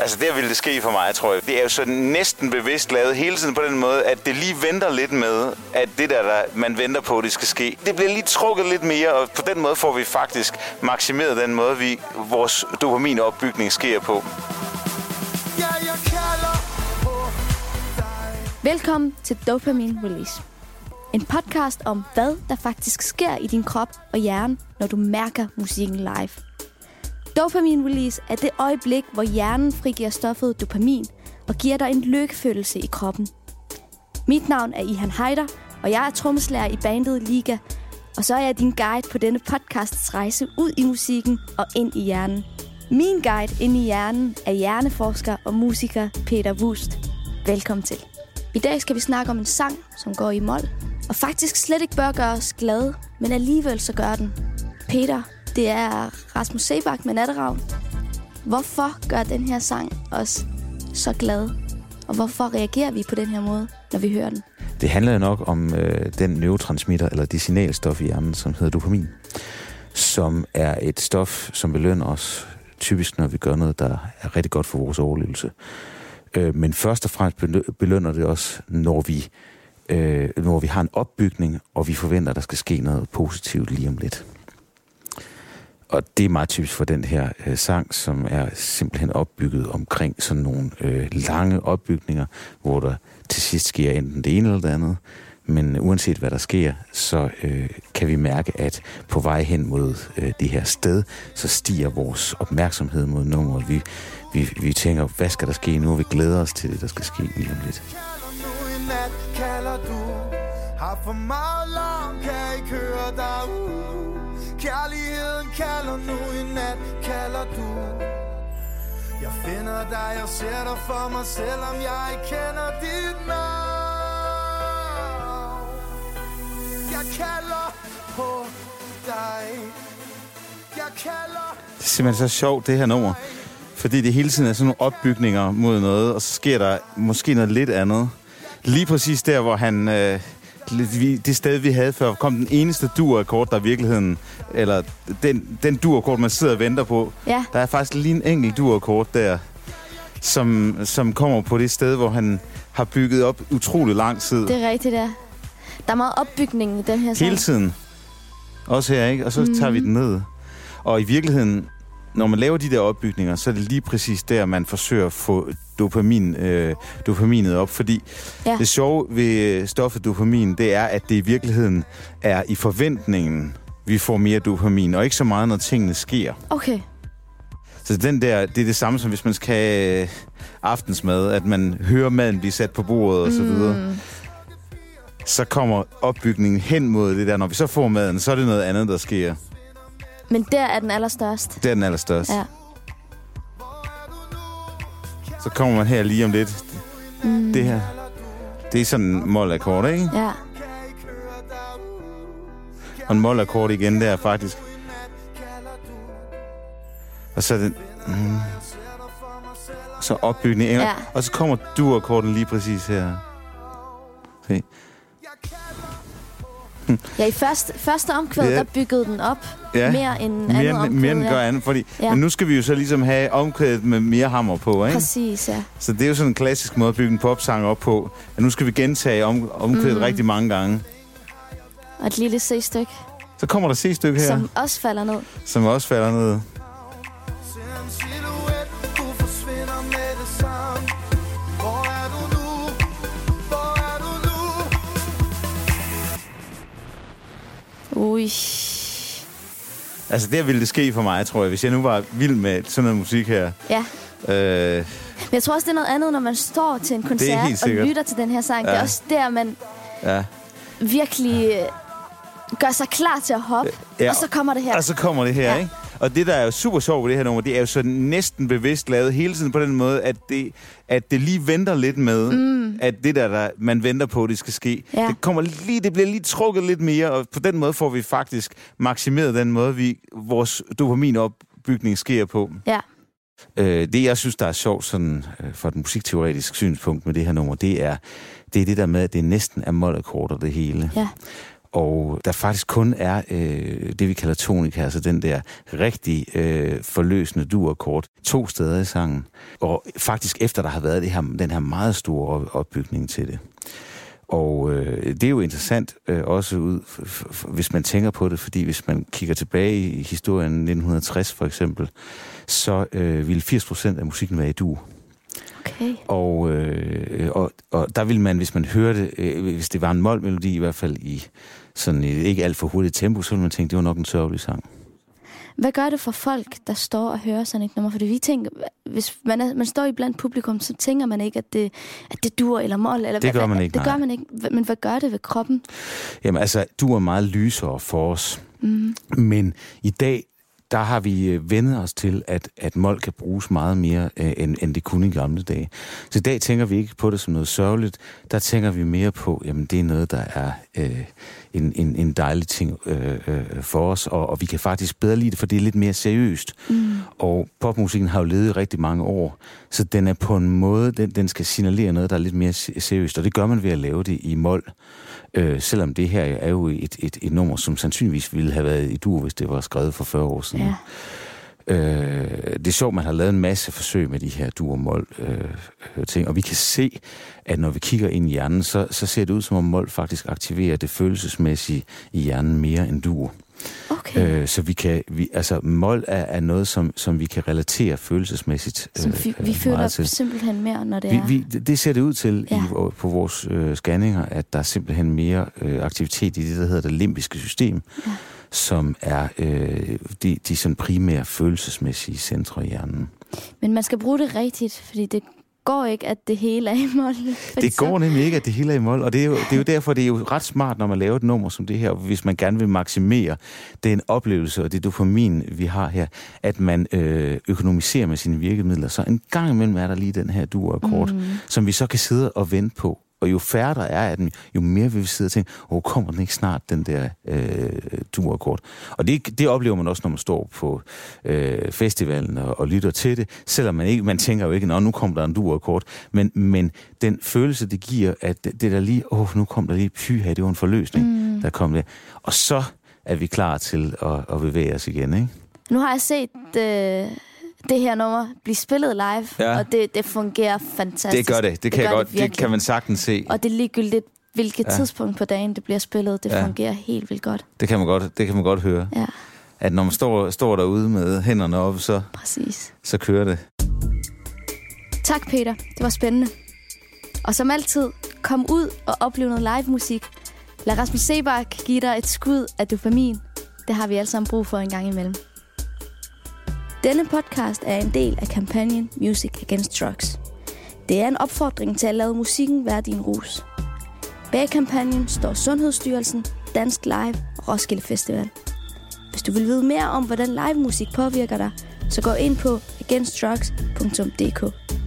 Altså, der ville det ske for mig, tror jeg. Det er jo så næsten bevidst lavet hele tiden på den måde, at det lige venter lidt med, at det der man venter på, det skal ske. Det bliver lige trukket lidt mere, og på den måde får vi faktisk maksimeret den måde, vores dopaminopbygning sker på. Velkommen til Dopamine Release. En podcast om, hvad der faktisk sker i din krop og hjerne, når du mærker musikken live. Dopamine Release er det øjeblik, hvor hjernen frigiver stoffet dopamin og giver dig en lykkefølelse i kroppen. Mit navn er Ihan Heider, og jeg er trommeslager i bandet Liga, og så er jeg din guide på denne podcasts rejse ud i musikken og ind i hjernen. Min guide ind i hjernen er hjerneforsker og musiker Peter Wust. Velkommen til. I dag skal vi snakke om en sang, som går i mol, og faktisk slet ikke bør gøre os glade, men alligevel så gør den. Peter, det er Rasmus Seebach med Natteravn. Hvorfor gør den her sang os så glade? Og hvorfor reagerer vi på den her måde, når vi hører den? Det handler jo nok om den neurotransmitter, eller det signalstof i hjernen, som hedder dopamin, som er et stof, som belønner os typisk, når vi gør noget, der er rigtig godt for vores overlevelse. Men først og fremmest belønner det os, når vi har en opbygning, og vi forventer, at der skal ske noget positivt lige om lidt. Og det er meget typisk for den her sang, som er simpelthen opbygget omkring sådan nogle lange opbygninger, hvor der til sidst sker enten det ene eller det andet. Men uanset hvad der sker, så kan vi mærke, at på vej hen mod det her sted, så stiger vores opmærksomhed mod nummeret. Vi tænker, hvad skal der ske nu? Vi glæder os til det, der skal ske lige om lidt. Kalder du har for meget larm, kan ikke høre dig ud. Kærligheden kalder nu i nat, kalder du. Jeg finder dig, jeg ser dig for mig, selvom jeg ikke kender dit navn. Jeg kalder på dig. Jeg kalder. Det er simpelthen så sjovt, det her nummer. Fordi det hele tiden er sådan nogle opbygninger mod noget, og så sker der måske noget lidt andet. Lige præcis der, hvor han... det sted, vi havde før, kom den eneste dur-akkord, der i virkeligheden... Eller den dur-akkord, man sidder og venter på. Ja. Der er faktisk lige en enkelt dur-akkord der, som kommer på det sted, hvor han har bygget op utrolig lang tid. Det er rigtigt, ja. Der er meget opbygning i den her sang. Hele tiden. Også her, ikke? Og så tager vi den ned. Og i virkeligheden... Når man laver de der opbygninger, så er det lige præcis der, man forsøger at få dopaminet op. Fordi det sjove ved stoffet dopamin, det er, at det i virkeligheden er i forventningen, vi får mere dopamin, og ikke så meget, når tingene sker. Okay. Så den der, det er det samme, som hvis man skal have aftensmad, at man hører maden blive sat på bordet og så videre. Så kommer opbygningen hen mod det der. Når vi så får maden, så er det noget andet, der sker. Men der er den allerstørste. Det er den allerstørste. Ja. Så kommer man her lige om lidt. Det her, det er sådan en mol-akkord, ikke? Ja. Og en mol-akkord igen der, faktisk. Og så er det... Så opbygning. Ja. Og så kommer dur-akkorden lige præcis her. Se. Ja, i første omkvæd, der byggede den op mere end andet omkvæd. Mere end gør andet, fordi... Men nu skal vi jo så ligesom have omkvædet med mere hammer på, ikke? Præcis, ja. Så det er jo sådan en klassisk måde at bygge en popsang op på. Og nu skal vi gentage omkvædet rigtig mange gange. Og et lille C-stykke. Så kommer der C-stykke her. Som også falder ned. Som også falder ned. Ui. Altså, der ville det ske for mig, tror jeg, hvis jeg nu var vild med sådan noget musik her. Ja. Men jeg tror også, det er noget andet, når man står til en koncert og lytter til den her sang. Ja. Det er også der, man virkelig gør sig klar til at hoppe. Ja. Og så kommer det her. Og så kommer det her, ikke? Og det, der er jo super sjovt ved det her nummer, det er jo så næsten bevidst lavet hele tiden på den måde, at det lige venter lidt med, at det der man venter på, det skal ske. Ja. Det bliver lige trukket lidt mere, og på den måde får vi faktisk maksimeret den måde, vores dopaminopbygning sker på. Ja. Det, jeg synes, der er sjovt sådan, fra et musikteoretisk synspunkt med det her nummer, det er det der med, at det næsten er mol-akkorder det hele. Ja. Og der faktisk kun er det, vi kalder tonika, altså den der rigtig forløsende dur-akkord 2 steder i sangen. Og faktisk efter der har været den her meget store opbygning til det. Og det er jo interessant også ud, hvis man tænker på det, fordi hvis man kigger tilbage i historien 1960 for eksempel, så ville 80% af musikken være i dur. Okay. Og der vil man, hvis man hørte, hvis det var en mol-melodi, i hvert fald i sådan et ikke alt for hurtigt tempo, så ville man tænke, det var nok en sørgelig sang. Hvad gør det for folk, der står og hører sådan et nummer? Fordi vi tænker, hvis man står i blandt publikum, så tænker man ikke, at det dur eller mol. Eller det gør man ikke, det gør man ikke. Men hvad gør det ved kroppen? Jamen altså, dur er meget lysere for os. Mm. Men i dag, der har vi vendet os til, at mol kan bruges meget mere, end det kunne i gamle dage. Så i dag tænker vi ikke på det som noget sørgeligt. Der tænker vi mere på, jamen det er noget, der er en dejlig ting for os, og vi kan faktisk bedre lide det, for det er lidt mere seriøst. Mm. Og popmusikken har jo levet i rigtig mange år, så den er på en måde, den skal signalere noget, der er lidt mere seriøst, og det gør man ved at lave det i mol. Selvom det her er jo et nummer, som sandsynligvis ville have været i dur, hvis det var skrevet for 40 år siden. Ja. Det er sjovt, man har lavet en masse forsøg med de her dur-mol ting, og vi kan se, at når vi kigger ind i hjernen, så ser det ud som om mol faktisk aktiverer det følelsesmæssige i hjernen mere end dur. Okay. Så mol er noget, som vi kan relatere følelsesmæssigt som vi føler simpelthen mere, når det er... Det ser det ud til på vores scanninger, at der er simpelthen mere aktivitet i det, der hedder det limbiske system, som er de sådan primære følelsesmæssige centre i hjernen. Men man skal bruge det rigtigt, fordi det går ikke, at det hele er i mol. Det går nemlig ikke, at det hele er i mol, og det er jo derfor, det er jo ret smart, når man laver et nummer som det her, hvis man gerne vil maksimere den oplevelse og det dopamin, vi har her, at man økonomiserer med sine virkemidler. Så en gang imellem er der lige den her dur-akkord, som vi så kan sidde og vente på. Og jo færre der er af den, jo mere vil vi sidde og tænke, kommer den ikke snart, den der dur-akkord? Og det oplever man også, når man står på festivalen og lytter til det, selvom man tænker jo ikke, nu kommer der en dur-akkord, men den følelse, det giver, at det der lige, nu kom der lige det var en forløsning, der kom der. Og så er vi klar til at bevæge os igen, ikke? Nu har jeg set... det her nummer bliver spillet live, og det fungerer fantastisk. Det gør det. Det kan jeg godt. Det kan man sagtens se. Og det er ligegyldigt, hvilket tidspunkt på dagen det bliver spillet. Det fungerer helt vildt godt. Det kan man godt høre. Ja. At når man står derude med hænderne oppe, så kører det. Tak, Peter. Det var spændende. Og som altid, kom ud og oplev noget live musik. Lad Rasmus Seebach give dig et skud af dopamin. Det har vi alle sammen brug for en gang imellem. Denne podcast er en del af kampagnen Music Against Drugs. Det er en opfordring til at lade musikken være din rus. Bag kampagnen står Sundhedsstyrelsen, Dansk Live og Roskilde Festival. Hvis du vil vide mere om, hvordan live musik påvirker dig, så gå ind på againstdrugs.dk.